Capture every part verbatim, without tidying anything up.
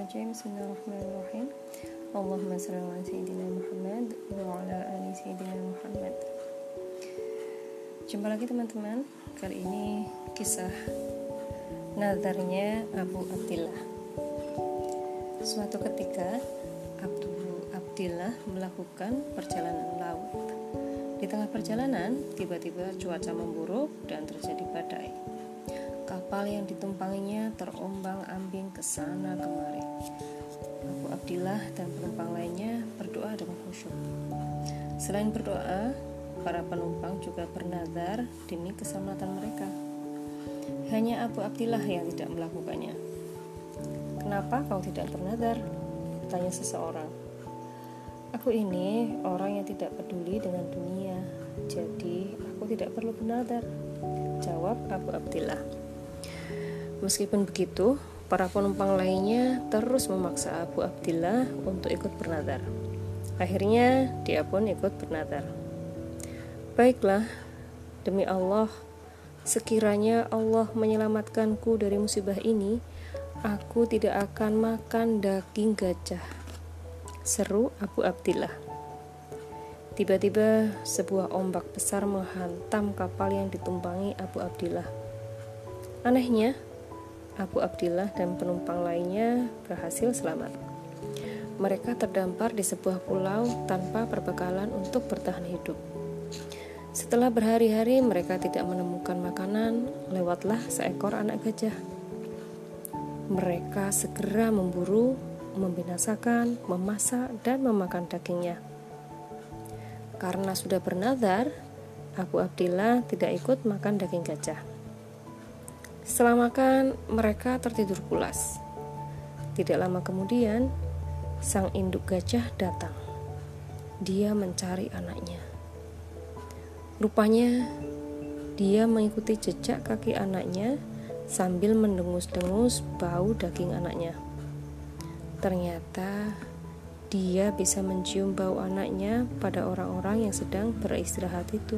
Bismillahirrahmanirrahim. Bismillahirrahmanirrahim. Allahumma shalli ala sayyidina Muhammad wa ala ali sayyidina Muhammad. Jumpa lagi teman-teman. Kali ini kisah nazarnya Abu Abdillah. Suatu ketika Abu Abdillah melakukan perjalanan laut. Di tengah perjalanan, tiba-tiba cuaca memburuk dan terjadi badai. Kapal yang ditumpanginya terombang-ambing ke sana kemari. Abu Abdillah dan penumpang lainnya berdoa dengan khusyuk. Selain berdoa, para penumpang juga bernazar demi keselamatan mereka. Hanya Abu Abdillah yang tidak melakukannya. "Kenapa kau tidak bernazar?" tanya seseorang. "Aku ini orang yang tidak peduli dengan dunia, jadi aku tidak perlu bernazar," jawab Abu Abdillah. Meskipun begitu, para penumpang lainnya terus memaksa Abu Abdillah untuk ikut bernazar. Akhirnya dia pun ikut bernazar. "Baiklah, demi Allah, sekiranya Allah menyelamatkanku dari musibah ini, aku tidak akan makan daging gajah," seru Abu Abdillah. Tiba-tiba sebuah ombak besar menghantam kapal yang ditumpangi Abu Abdillah. Anehnya, Abu Abdillah dan penumpang lainnya berhasil selamat. Mereka terdampar di sebuah pulau tanpa perbekalan untuk bertahan hidup. Setelah berhari-hari mereka tidak menemukan makanan, lewatlah seekor anak gajah. Mereka segera memburu, membinasakan, memasak, dan memakan dagingnya. Karena sudah bernazar, Abu Abdillah tidak ikut makan daging gajah. Setelah makan, mereka tertidur pulas. Tidak lama kemudian, sang induk gajah datang. Dia mencari anaknya. Rupanya, dia mengikuti jejak kaki anaknya sambil mendengus-dengus bau daging anaknya. Ternyata, dia bisa mencium bau anaknya pada orang-orang yang sedang beristirahat itu.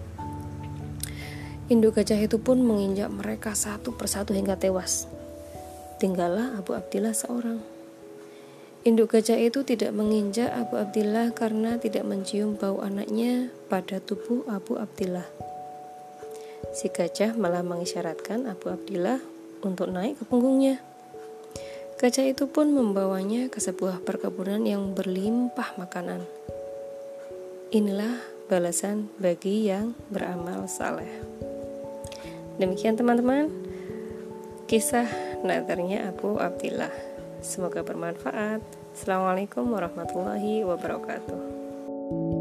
Induk gajah itu pun menginjak mereka satu persatu hingga tewas. Tinggallah Abu Abdillah seorang. Induk gajah itu tidak menginjak Abu Abdillah karena tidak mencium bau anaknya pada tubuh Abu Abdillah. Si gajah malah mengisyaratkan Abu Abdillah untuk naik ke punggungnya. Gajah itu pun membawanya ke sebuah perkebunan yang berlimpah makanan. Inilah balasan bagi yang beramal saleh. Demikian teman-teman, kisah nazarnya Abu Abdillah. Semoga bermanfaat. Assalamualaikum warahmatullahi wabarakatuh.